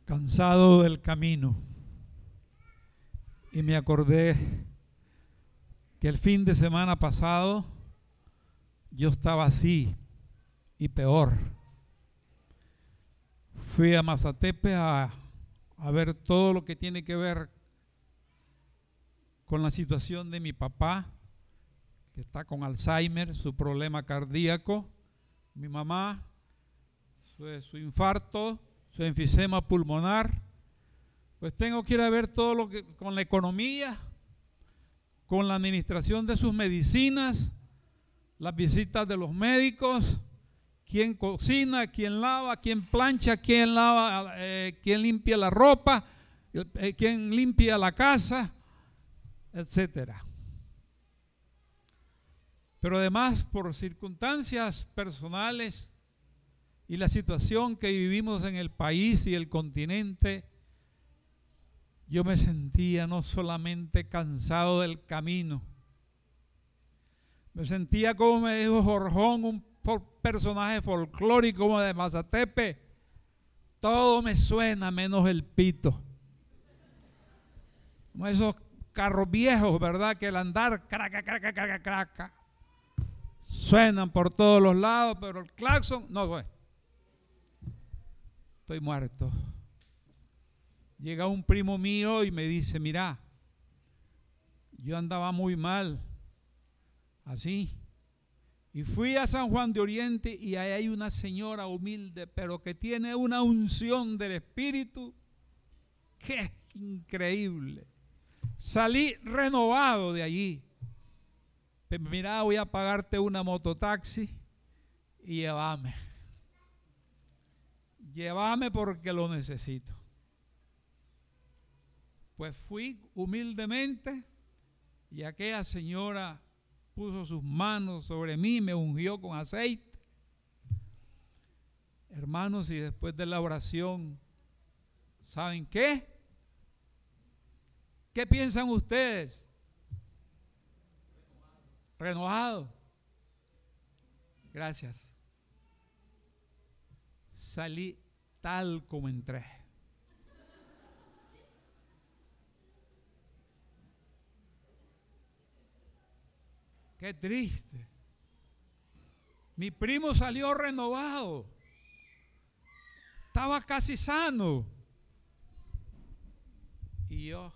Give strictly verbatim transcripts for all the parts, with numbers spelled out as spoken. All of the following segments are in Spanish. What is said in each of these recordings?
cansado del camino, y me acordé que el fin de semana pasado yo estaba así y peor. Fui a Mazatepe a, a ver todo lo que tiene que ver con la situación de mi papá, que está con Alzheimer, su problema cardíaco, mi mamá, su, su infarto, su enfisema pulmonar. Pues tengo que ir a ver todo lo que con la economía, con la administración de sus medicinas, las visitas de los médicos, quién cocina, quién lava, quién plancha, quién lava, eh, quién limpia la ropa, eh, quién limpia la casa, etcétera. Pero además, por circunstancias personales y la situación que vivimos en el país y el continente, yo me sentía no solamente cansado del camino, me sentía, como me dijo Jorjón, un personaje folclórico como de Mazatepe: todo me suena menos el pito. Como esos carros viejos, ¿verdad? Que el andar, craca, craca, craca, craca, suenan por todos los lados, pero el claxon no fue. Estoy muerto. Llega un primo mío y me dice: mira, yo andaba muy mal, así, y fui a San Juan de Oriente, y ahí hay una señora humilde, pero que tiene una unción del Espíritu que es increíble. Salí renovado de allí. Mira, voy a pagarte una mototaxi y llévame. Llévame porque lo necesito. Pues fui humildemente, y aquella señora puso sus manos sobre mí, me ungió con aceite. Hermanos, y después de la oración, ¿saben qué? ¿Qué piensan ustedes? Renovado. Gracias. Salí tal como entré. Qué triste. Mi primo salió renovado. Estaba casi sano. Y yo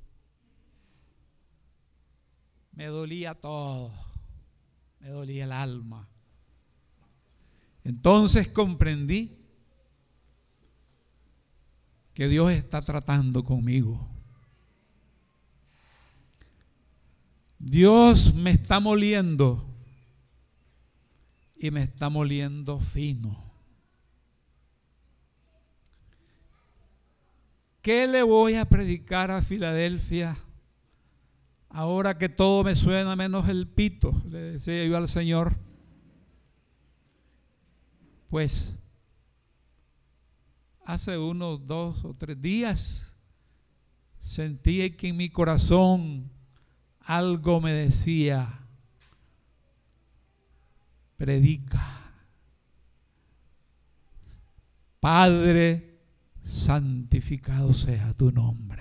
me dolía todo. Me dolía el alma. Entonces comprendí que Dios está tratando conmigo. Dios me está moliendo, y me está moliendo fino. ¿Qué le voy a predicar a Filadelfia ahora que todo me suena menos el pito? Le decía yo al Señor. Pues hace unos dos o tres días sentí que en mi corazón algo me decía: predica, Padre, santificado sea tu nombre.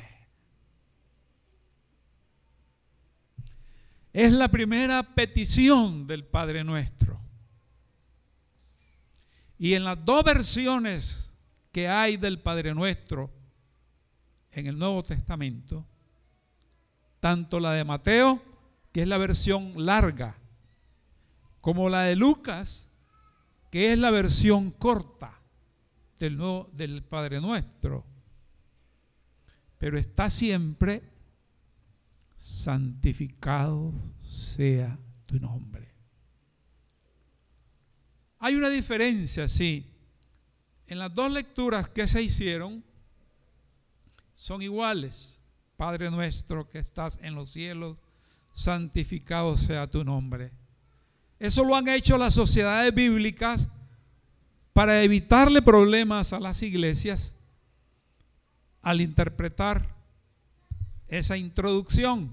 Es la primera petición del Padre Nuestro. Y en las dos versiones que hay del Padre Nuestro en el Nuevo Testamento, tanto la de Mateo, que es la versión larga, como la de Lucas, que es la versión corta del, nuevo, del Padre Nuestro, pero está siempre: santificado sea tu nombre. Hay una diferencia, sí. En las dos lecturas que se hicieron son iguales. Padre nuestro que estás en los cielos, santificado sea tu nombre. Eso lo han hecho las sociedades bíblicas para evitarle problemas a las iglesias al interpretar esa introducción.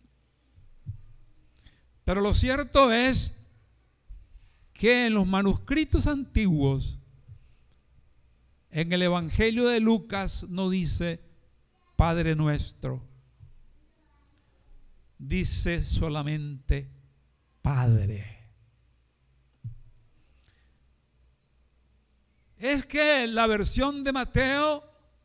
Pero lo cierto es que en los manuscritos antiguos En el Evangelio de Lucas no dice Padre nuestro, dice solamente Padre. Es que la versión de Mateo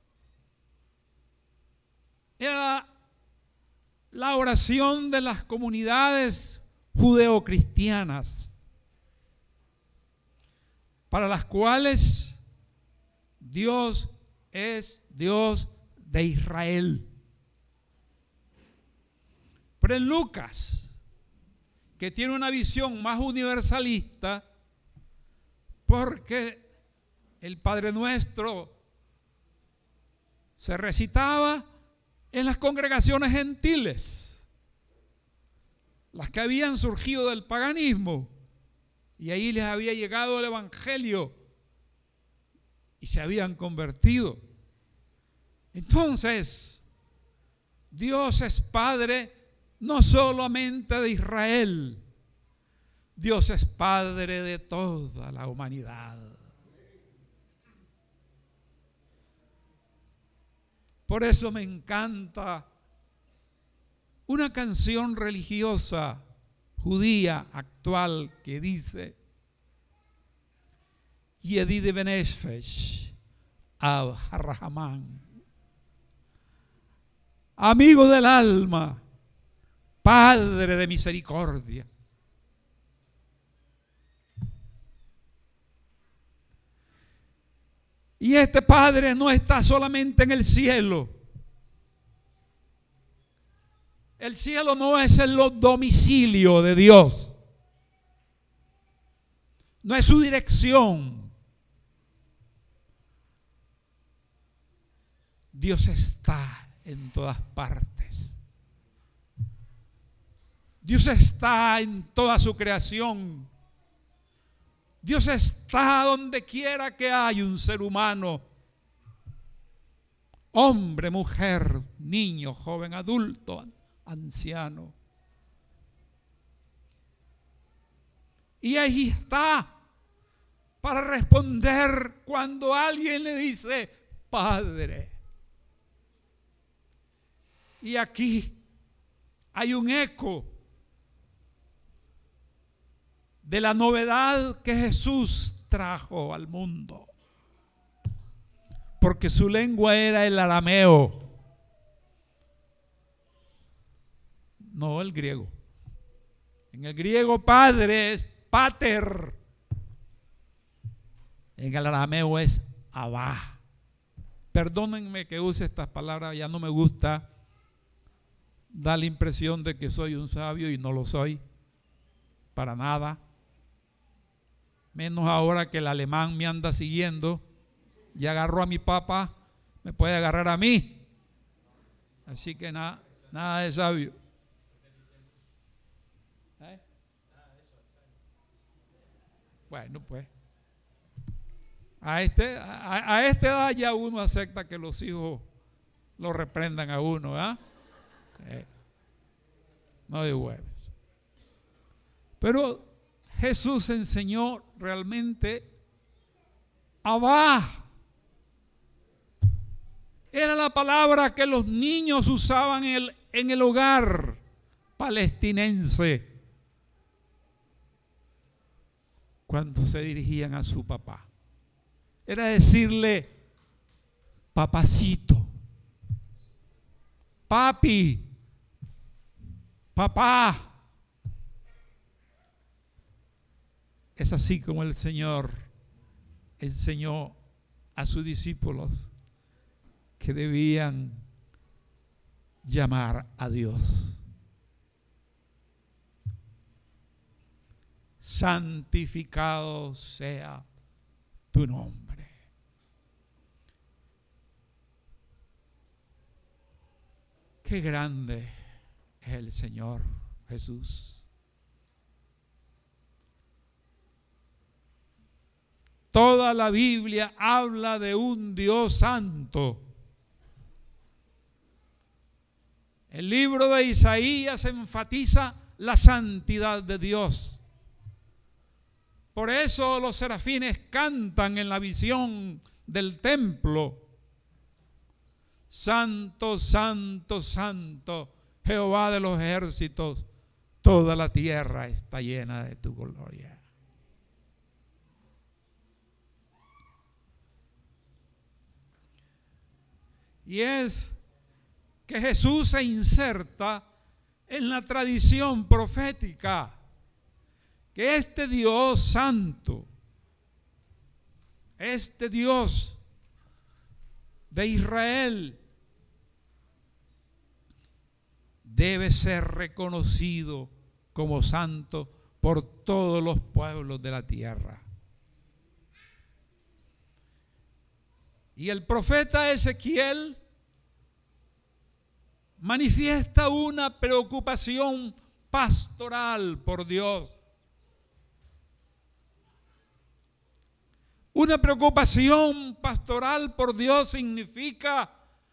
era la oración de las comunidades judeocristianas, para las cuales Dios es Dios de Israel. Pero en Lucas, que tiene una visión más universalista, porque el Padre Nuestro se recitaba en las congregaciones gentiles, las que habían surgido del paganismo, y ahí les había llegado el Evangelio y se habían convertido. Entonces, Dios es Padre no solamente de Israel, Dios es Padre de toda la humanidad. Por eso me encanta una canción religiosa judía actual que dice: Yedide benefesh Ab Harrahamán, amigo del alma, Padre de misericordia. Y este Padre no está solamente en el cielo. El cielo no es el domicilio de Dios. No es su dirección. Dios está en todas partes. Dios está en toda su creación. Dios está donde quiera que hay un ser humano, hombre, mujer, niño, joven, adulto, anciano. Y ahí está para responder cuando alguien le dice Padre. Y aquí hay un eco de la novedad que Jesús trajo al mundo, porque su lengua era el arameo, no el griego. En el griego padre es pater, en el arameo es abá. Perdónenme que use estas palabras, ya no me gusta dar la impresión de que soy un sabio y no lo soy, para nada. Menos ahora que el alemán me anda siguiendo y agarró a mi papá, me puede agarrar a mí. Así que nada, nada de sabio. ¿Eh? Bueno, pues. A, este, a, a esta edad ya uno acepta que los hijos lo reprendan a uno, ¿ah? ¿eh? No de huevos. Pero Jesús enseñó realmente Abba. Era la palabra que los niños usaban en el, en el hogar palestinense cuando se dirigían a su papá. Era decirle papacito, papi, papá. Es así como el Señor enseñó a sus discípulos que debían llamar a Dios. Santificado sea tu nombre. Qué grande es el Señor Jesús. Toda la Biblia habla de un Dios santo. El libro de Isaías enfatiza la santidad de Dios. Por eso los serafines cantan en la visión del templo: Santo, santo, santo, Jehová de los ejércitos, toda la tierra está llena de tu gloria. Y es que Jesús se inserta en la tradición profética, que este Dios santo, este Dios de Israel, debe ser reconocido como santo por todos los pueblos de la tierra. Y el profeta Ezequiel manifiesta una preocupación pastoral por Dios. Una preocupación pastoral por Dios significa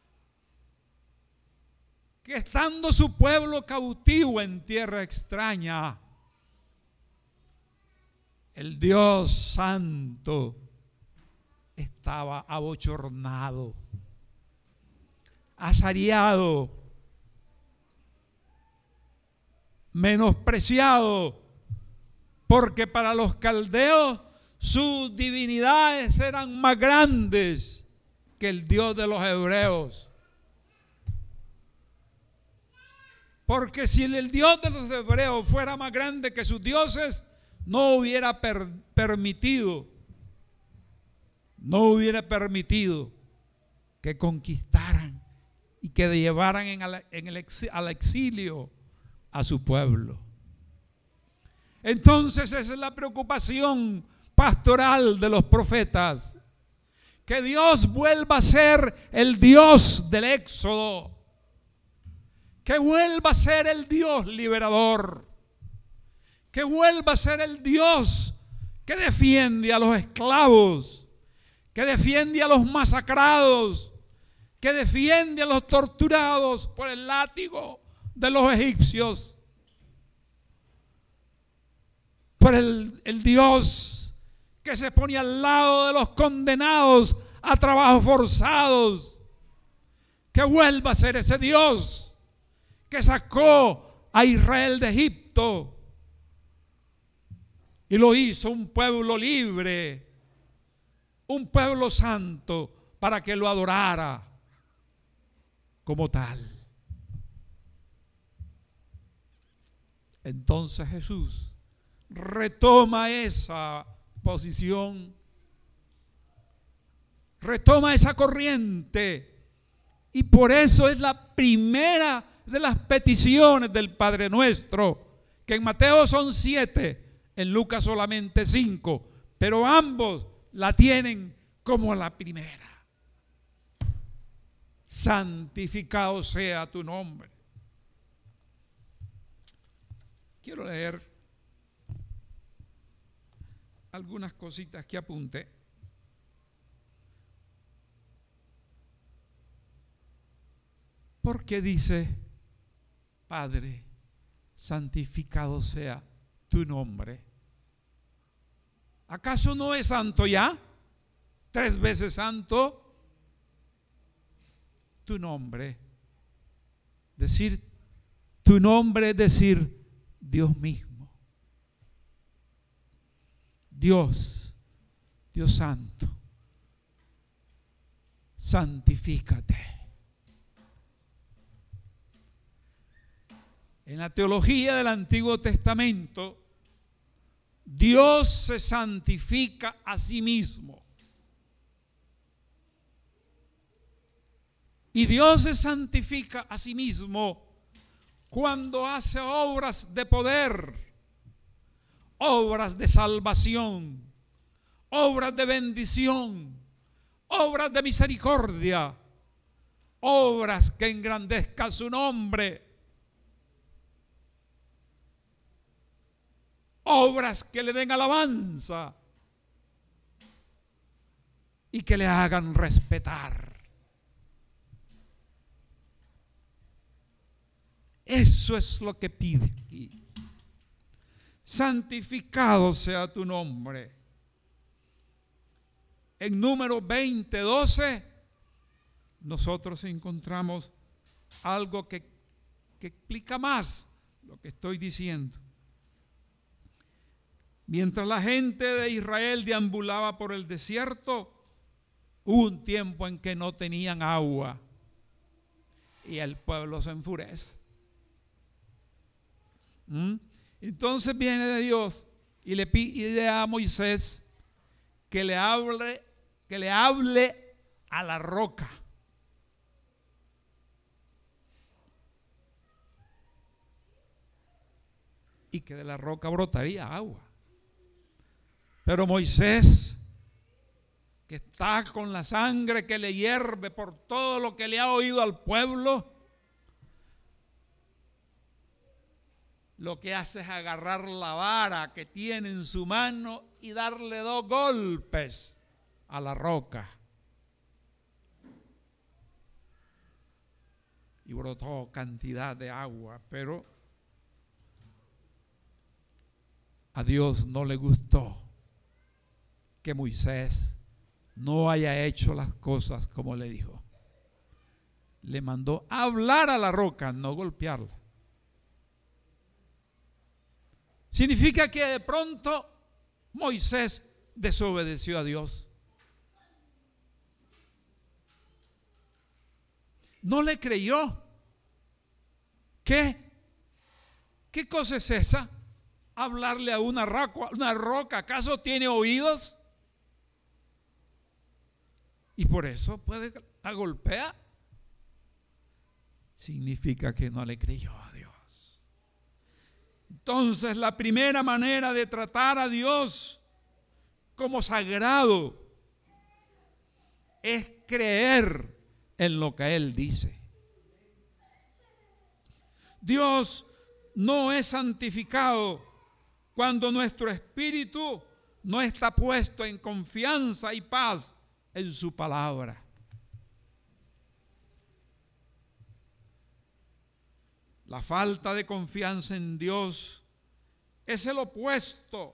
que estando su pueblo cautivo en tierra extraña, el Dios santo estaba abochornado, azareado, menospreciado, porque para los caldeos sus divinidades eran más grandes que el Dios de los hebreos. Porque si el Dios de los hebreos fuera más grande que sus dioses, no hubiera per permitido, no hubiera permitido que conquistaran y que llevaran en el, en el ex, al exilio a su pueblo. Entonces esa es la preocupación pastoral de los profetas, que Dios vuelva a ser el Dios del éxodo, que vuelva a ser el Dios liberador, que vuelva a ser el Dios que defiende a los esclavos, que defiende a los masacrados, que defiende a los torturados por el látigo de los egipcios, por el, el Dios que se pone al lado de los condenados a trabajos forzados, que vuelva a ser ese Dios que sacó a Israel de Egipto y lo hizo un pueblo libre, un pueblo santo, para que lo adorara como tal. Entonces Jesús retoma esa posición, retoma esa corriente, y por eso es la primera de las peticiones del Padre Nuestro, que en Mateo son siete, en Lucas solamente cinco, pero ambos la tienen como la primera. Santificado sea tu nombre. Quiero leer algunas cositas que apunté. Porque dice: Padre, santificado sea tu nombre. ¿Acaso no es santo ya? Tres veces santo. Tu nombre. Decir tu nombre es decir Dios mismo. Dios, Dios santo, santifícate. En la teología del Antiguo Testamento, Dios se santifica a sí mismo. Y Dios se santifica a sí mismo cuando hace obras de poder, obras de salvación, obras de bendición, obras de misericordia, obras que engrandezcan su nombre, obras que le den alabanza y que le hagan respetar. Eso es lo que pide aquí. Santificado sea tu nombre. en Números veinte, doce, nosotros encontramos algo que, que explica más lo que estoy diciendo. Mientras la gente de Israel deambulaba por el desierto, hubo un tiempo en que no tenían agua y el pueblo se enfurece. ¿Mm? Entonces viene de Dios y le pide a Moisés que le hable, que le hable a la roca. Y que de la roca brotaría agua. Pero Moisés, que está con la sangre que le hierve por todo lo que le ha oído al pueblo, lo que hace es agarrar la vara que tiene en su mano y darle dos golpes a la roca. Y brotó cantidad de agua, pero a Dios no le gustó que Moisés no haya hecho las cosas como le dijo. Le mandó a hablar a la roca, no golpearla. Significa que de pronto Moisés desobedeció a Dios. No le creyó. ¿Qué? ¿Qué cosa es esa? Hablarle a una roca, una roca, ¿acaso tiene oídos? Y por eso puede la golpear. Significa que no le creyó a Dios. Entonces, la primera manera de tratar a Dios como sagrado es creer en lo que Él dice. Dios no es santificado cuando nuestro espíritu no está puesto en confianza y paz en su palabra. La falta de confianza en Dios es el opuesto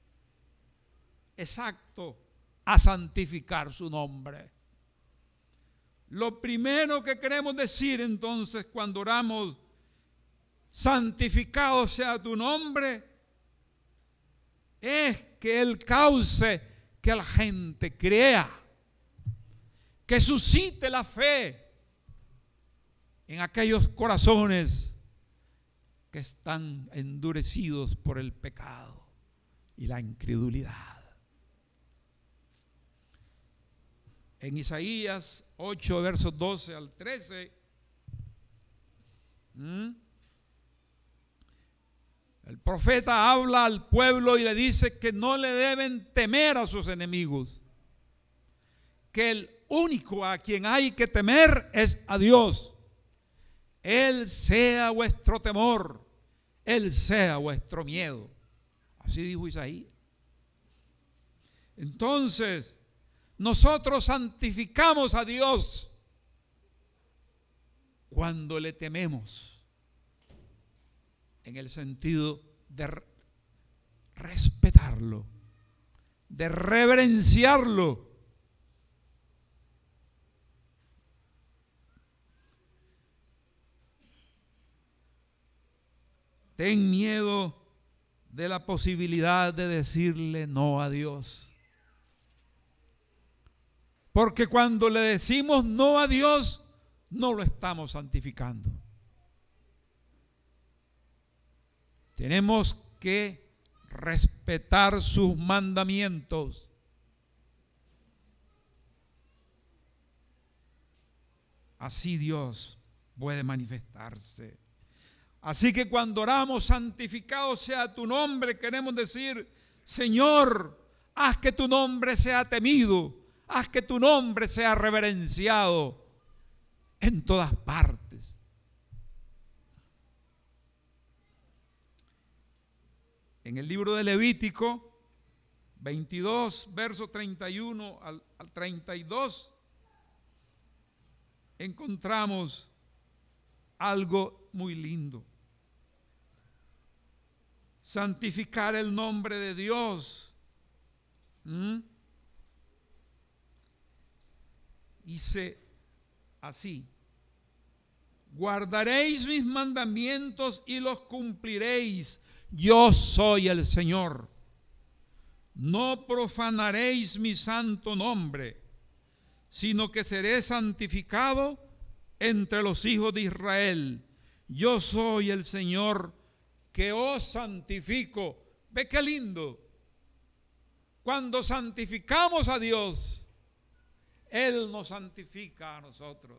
exacto a santificar su nombre. Lo primero que queremos decir entonces cuando oramos, santificado sea tu nombre, es que Él cause que la gente crea, que suscite la fe en aquellos corazones que están endurecidos por el pecado y la incredulidad. En Isaías ocho, versos doce al trece, ¿Mm? el profeta habla al pueblo y le dice que no le deben temer a sus enemigos, que el único a quien hay que temer es a Dios. Él sea vuestro temor, Él sea vuestro miedo. Así dijo Isaías. Entonces, nosotros santificamos a Dios cuando le tememos, en el sentido de respetarlo, de reverenciarlo. Ten miedo de la posibilidad de decirle no a Dios. Porque cuando le decimos no a Dios, no lo estamos santificando. Tenemos que respetar sus mandamientos. Así Dios puede manifestarse. Así que cuando oramos, santificado sea tu nombre, queremos decir, Señor, haz que tu nombre sea temido, haz que tu nombre sea reverenciado en todas partes. En el libro de Levítico veintidós, verso treinta y uno al, al treinta y dos, encontramos algo muy lindo. Santificar el nombre de Dios. ¿Mm? Dice así: guardaréis mis mandamientos y los cumpliréis. Yo soy el Señor. No profanaréis mi santo nombre, sino que seré santificado entre los hijos de Israel. Yo soy el Señor que os santifico. ¿Ve qué lindo? Cuando santificamos a Dios, Él nos santifica a nosotros.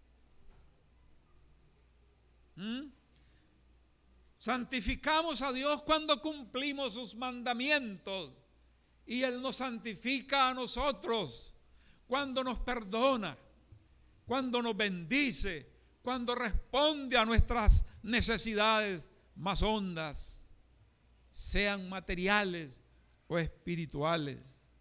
¿Mm? Santificamos a Dios cuando cumplimos sus mandamientos y Él nos santifica a nosotros cuando nos perdona, cuando nos bendice, cuando responde a nuestras necesidades más hondas, sean materiales o espirituales.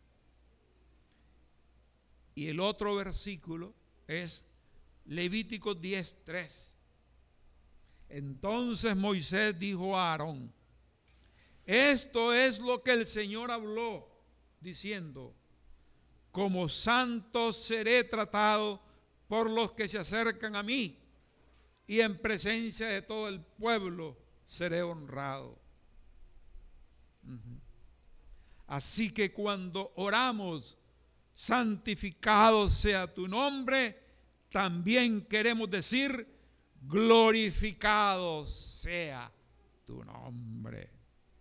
Y el otro versículo es Levítico diez, tres. Entonces Moisés dijo a Aarón: esto es lo que el Señor habló, diciendo: como santo seré tratado por los que se acercan a mí, y en presencia de todo el pueblo seré honrado. Uh-huh. Así que cuando oramos, santificado sea tu nombre, también queremos decir, glorificado sea tu nombre.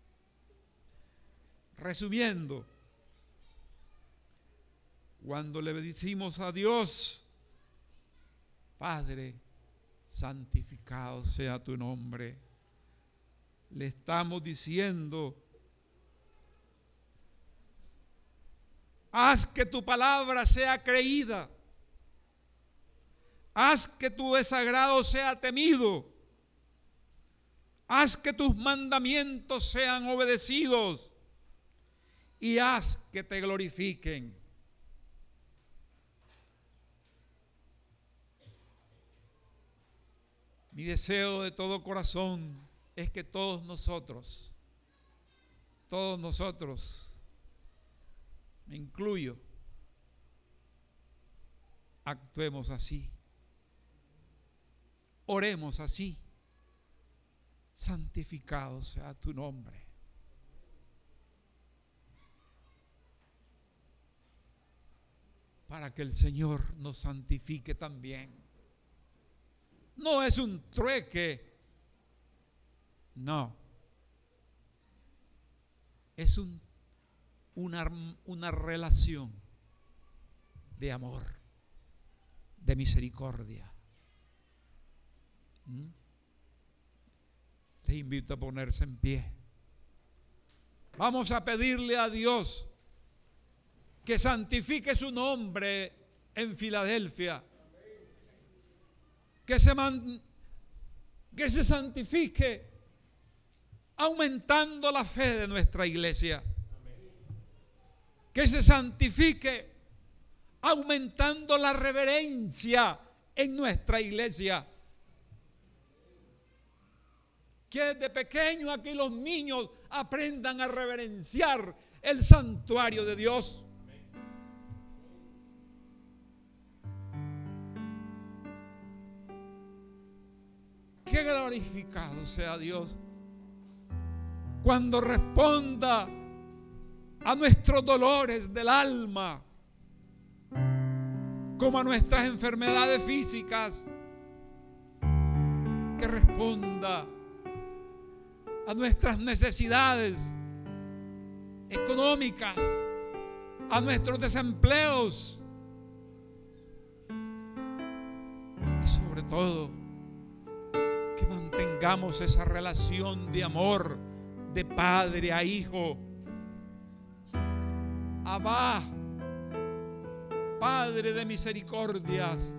Resumiendo, cuando le decimos a Dios: Padre, santificado sea tu nombre, le estamos diciendo: haz que tu palabra sea creída, haz que tu desagrado sea temido, haz que tus mandamientos sean obedecidos y haz que te glorifiquen. Mi deseo de todo corazón es que todos nosotros, todos nosotros, me incluyo, actuemos así, oremos así: santificado sea tu nombre. Para que el Señor nos santifique también. No es un trueque, no, es un, una, una relación de amor, de misericordia. ¿Mm? Te invito a ponerse en pie. Vamos a pedirle a Dios que santifique su nombre en Filadelfia. Que se, man, que se santifique aumentando la fe de nuestra iglesia. Que se santifique aumentando la reverencia en nuestra iglesia. Que desde pequeño aquí los niños aprendan a reverenciar el santuario de Dios. Que glorificado sea Dios cuando responda a nuestros dolores del alma, como a nuestras enfermedades físicas. Que responda a nuestras necesidades económicas, a nuestros desempleos y sobre todo que mantengamos esa relación de amor de padre a hijo. Abba, Padre de misericordias,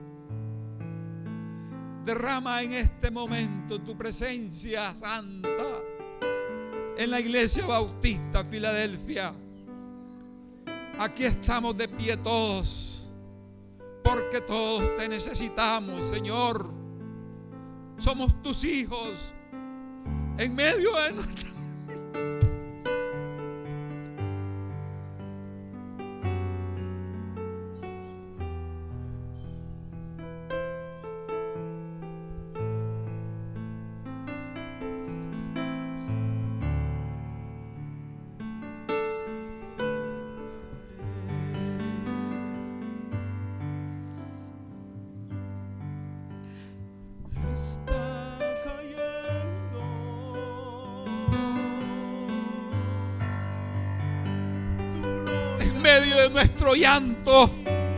derrama en este momento tu presencia santa en la Iglesia Bautista Filadelfia. Aquí estamos de pie todos, porque todos te necesitamos, Señor. Somos tus hijos en medio de nuestra está cayendo. Tu gloria En medio de nuestro llanto,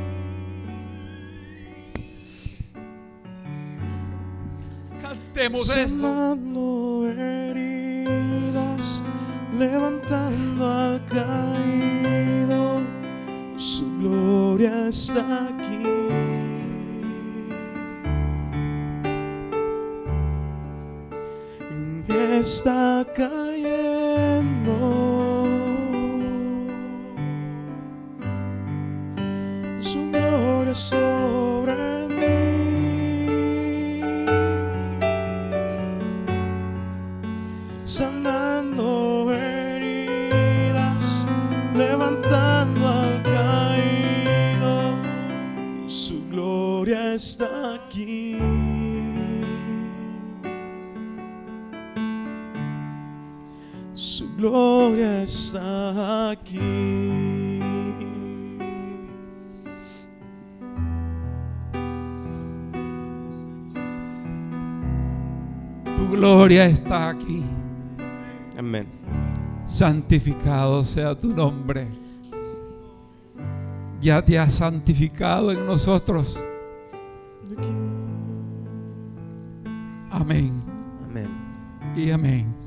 cantemos eso. sanando heridas, levantando al caído, su gloria está aquí. Está cayendo, su gloria sobre mí, sanando heridas, levantando al caído, su gloria está aquí. Su gloria está aquí. Tu gloria está aquí. Amén. Santificado sea tu nombre. Ya te has santificado en nosotros. Amén. Amén. Y amén.